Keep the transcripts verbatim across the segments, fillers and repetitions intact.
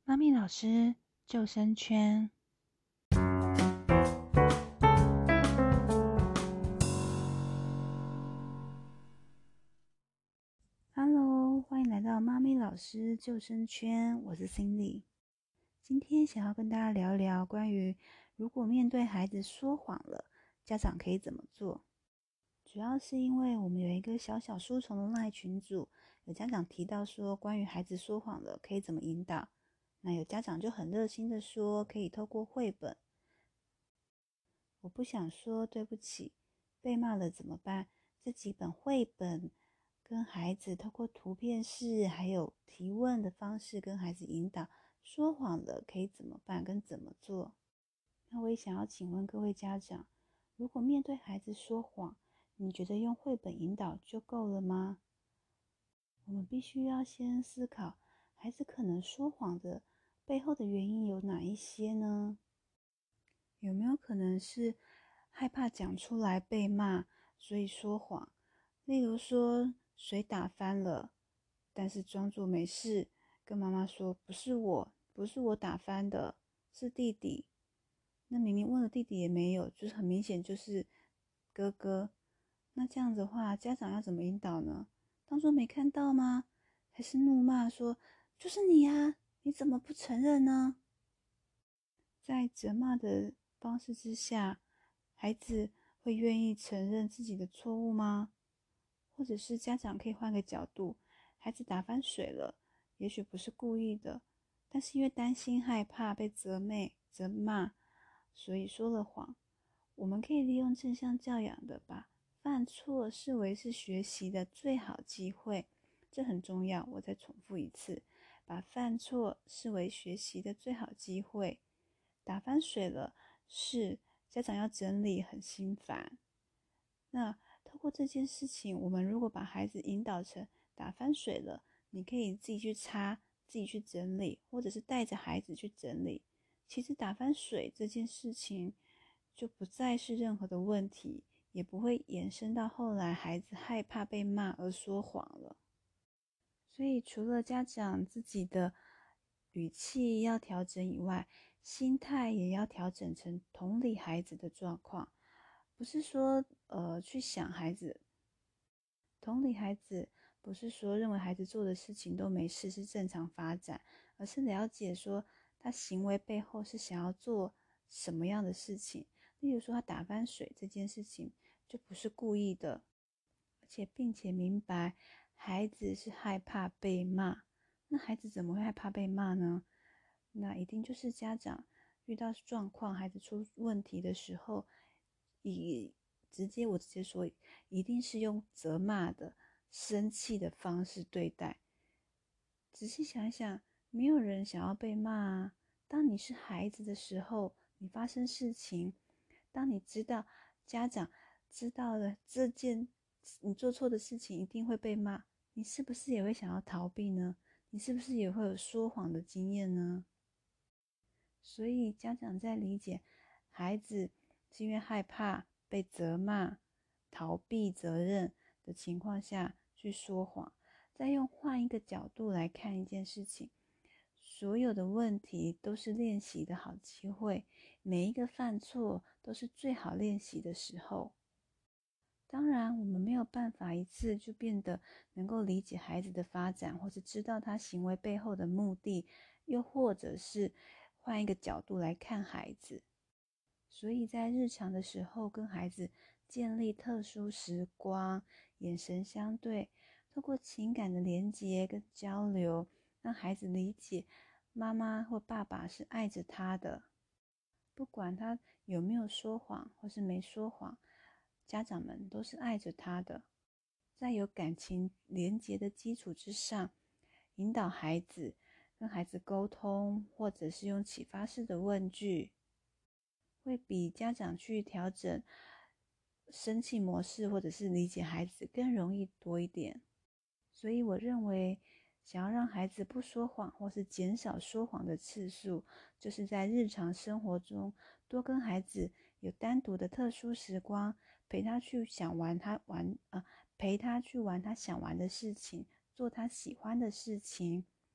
妈咪老师救生圈。Hello，欢迎来到妈咪老师救生圈，我是 Cindy。今天想要跟大家聊聊关于如果面对孩子说谎了，家长可以怎么做。主要是因为我们有一个小小书虫的 LINE 群组，有家长提到说关于孩子说谎了可以怎么引导，那有家长就很热心的说可以透过绘本。我不想说对不起，被骂了怎么办？这几本绘本跟孩子透过图片式还有提问的方式跟孩子引导，说谎了可以怎么办跟怎么做。那我也想要请问各位家长，如果面对孩子说谎，你觉得用绘本引导就够了吗？我们必须要先思考孩子可能说谎的背后的原因有哪一些呢？有没有可能是害怕讲出来被骂，所以说谎？例如说水打翻了，但是装作没事，跟妈妈说不是我，不是我打翻的，是弟弟。那明明问了弟弟也没有，就是很明显就是哥哥。那这样子的话，家长要怎么引导呢？当作没看到吗？还是怒骂说就是你啊，你怎么不承认呢？在责骂的方式之下，孩子会愿意承认自己的错误吗？或者是家长可以换个角度，孩子打翻水了，也许不是故意的，但是因为担心害怕被责备、责骂，所以说了谎。我们可以利用正向教养的，把犯错视为是学习的最好机会，这很重要。我再重复一次，把犯错视为学习的最好机会。打翻水了，是家长要整理，很心烦。那透过这件事情，我们如果把孩子引导成打翻水了，你可以自己去擦，自己去整理，或者是带着孩子去整理。其实打翻水这件事情就不再是任何的问题，也不会延伸到后来孩子害怕被骂而说谎了。所以除了家长自己的语气要调整以外，心态也要调整成同理孩子的状况，不是说呃去想孩子，同理孩子不是说认为孩子做的事情都没事是正常发展，而是了解说他行为背后是想要做什么样的事情。例如说他打翻水这件事情就不是故意的，而且并且明白孩子是害怕被骂。那孩子怎么会害怕被骂呢？那一定就是家长遇到状况，孩子出问题的时候，以直接我直接说，一定是用责骂的、生气的方式对待。仔细想一想，没有人想要被骂啊。当你是孩子的时候，你发生事情，当你知道家长知道了这件你做错的事情一定会被骂，你是不是也会想要逃避呢？你是不是也会有说谎的经验呢？所以家长在理解孩子是因为害怕被责骂、逃避责任的情况下去说谎，再用换一个角度来看一件事情，所有的问题都是练习的好机会，每一个犯错都是最好练习的时候。当然，我们没有办法一次就变得能够理解孩子的发展，或是知道他行为背后的目的，又或者是换一个角度来看孩子。所以在日常的时候，跟孩子建立特殊时光，眼神相对，透过情感的连结跟交流，让孩子理解妈妈或爸爸是爱着他的，不管他有没有说谎或是没说谎，家长们都是爱着他的。在有感情连结的基础之上，引导孩子跟孩子沟通，或者是用启发式的问句，会比家长去调整生气模式或者是理解孩子更容易多一点。所以我认为，想要让孩子不说谎或是减少说谎的次数，就是在日常生活中多跟孩子有单独的特殊时光，陪他去想玩他玩呃，陪他去玩他想玩的事情，做他喜欢的事情，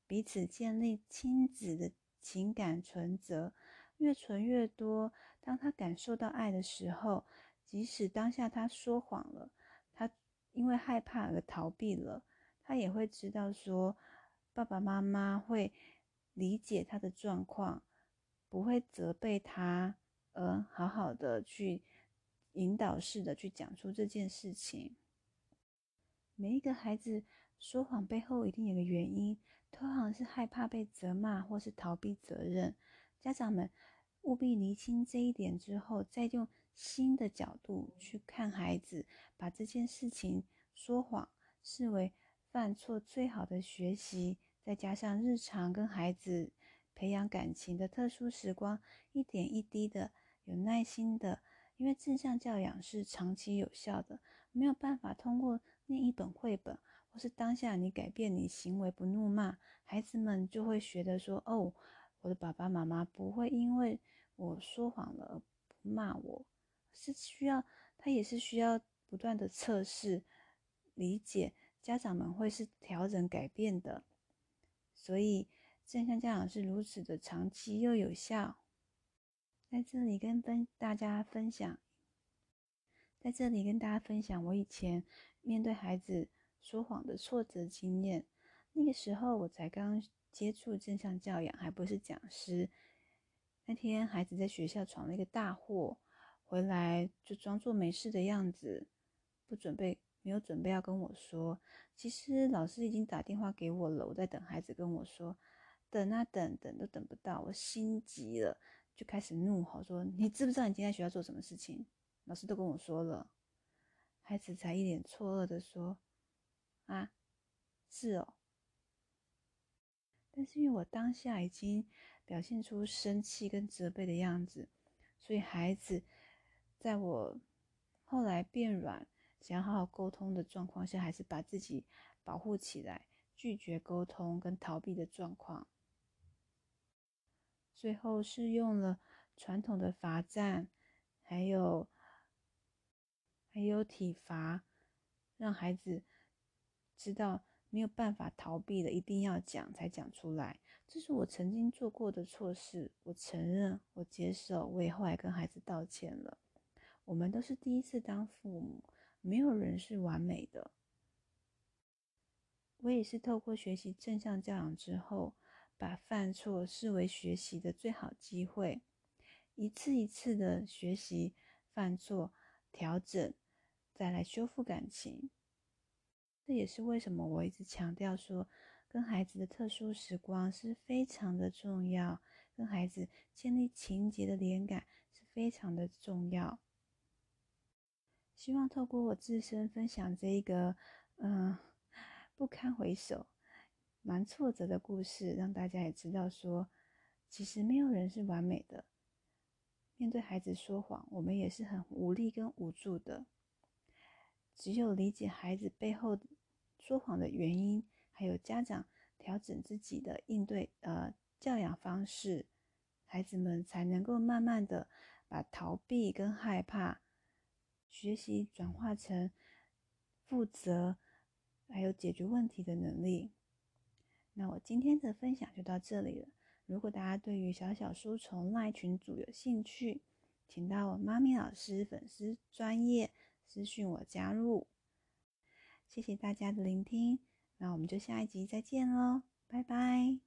彼此建立亲子的情感存折，越存越多。当他感受到爱的时候，即使当下他说谎了，他因为害怕而逃避了，他也会知道说爸爸妈妈会理解他的状况，不会责备他，而好好的去引导式的去讲出这件事情。每一个孩子说谎背后一定有个原因，通常是害怕被责骂或是逃避责任。家长们务必厘清这一点之后，再用新的角度去看孩子，把这件事情说谎视为犯错最好的学习，再加上日常跟孩子培养感情的特殊时光，一点一滴的有耐心的，因为正向教养是长期有效的，没有办法通过念一本绘本或是当下你改变你行为不怒骂，孩子们就会学得说，哦，我的爸爸妈妈不会因为我说谎了而不骂我，是需要他也是需要不断的测试理解，家长们会是调整改变的，所以正向教养是如此的长期又有效。在这里跟分大家分享在这里跟大家分享我以前面对孩子说谎的挫折经验。那个时候我才刚接触正向教养，还不是讲师。那天孩子在学校闯了一个大祸，回来就装作没事的样子，不准备没有准备要跟我说。其实老师已经打电话给我了，我在等孩子跟我说，等啊等，等都等不到，我心急了，就开始怒吼说：“你知不知道你今天在学校做什么事情？老师都跟我说了。”孩子才一脸错愕的说：“啊，是哦。”但是因为我当下已经表现出生气跟责备的样子，所以孩子在我后来变软，想要好好沟通的状况下，还是把自己保护起来，拒绝沟通跟逃避的状况。最后是用了传统的罚站，还有还有体罚，让孩子知道没有办法逃避的，一定要讲才讲出来。这是我曾经做过的错事，我承认，我接受，我也后来跟孩子道歉了。我们都是第一次当父母，没有人是完美的。我也是透过学习正向教养之后，把犯错视为学习的最好机会，一次一次的学习犯错、调整，再来修复感情。这也是为什么我一直强调说，跟孩子的特殊时光是非常的重要，跟孩子建立情节的连感是非常的重要。希望透过我自身分享这一个，嗯、呃，不堪回首、蛮挫折的故事，让大家也知道说，其实没有人是完美的。面对孩子说谎，我们也是很无力跟无助的。只有理解孩子背后说谎的原因，还有家长调整自己的应对呃教养方式，孩子们才能够慢慢的把逃避跟害怕学习转化成负责还有解决问题的能力。那我今天的分享就到这里了。如果大家对于小小书虫 LINE 群组有兴趣，请到我妈咪老师粉丝专页私讯我加入。谢谢大家的聆听，那我们就下一集再见咯，拜拜。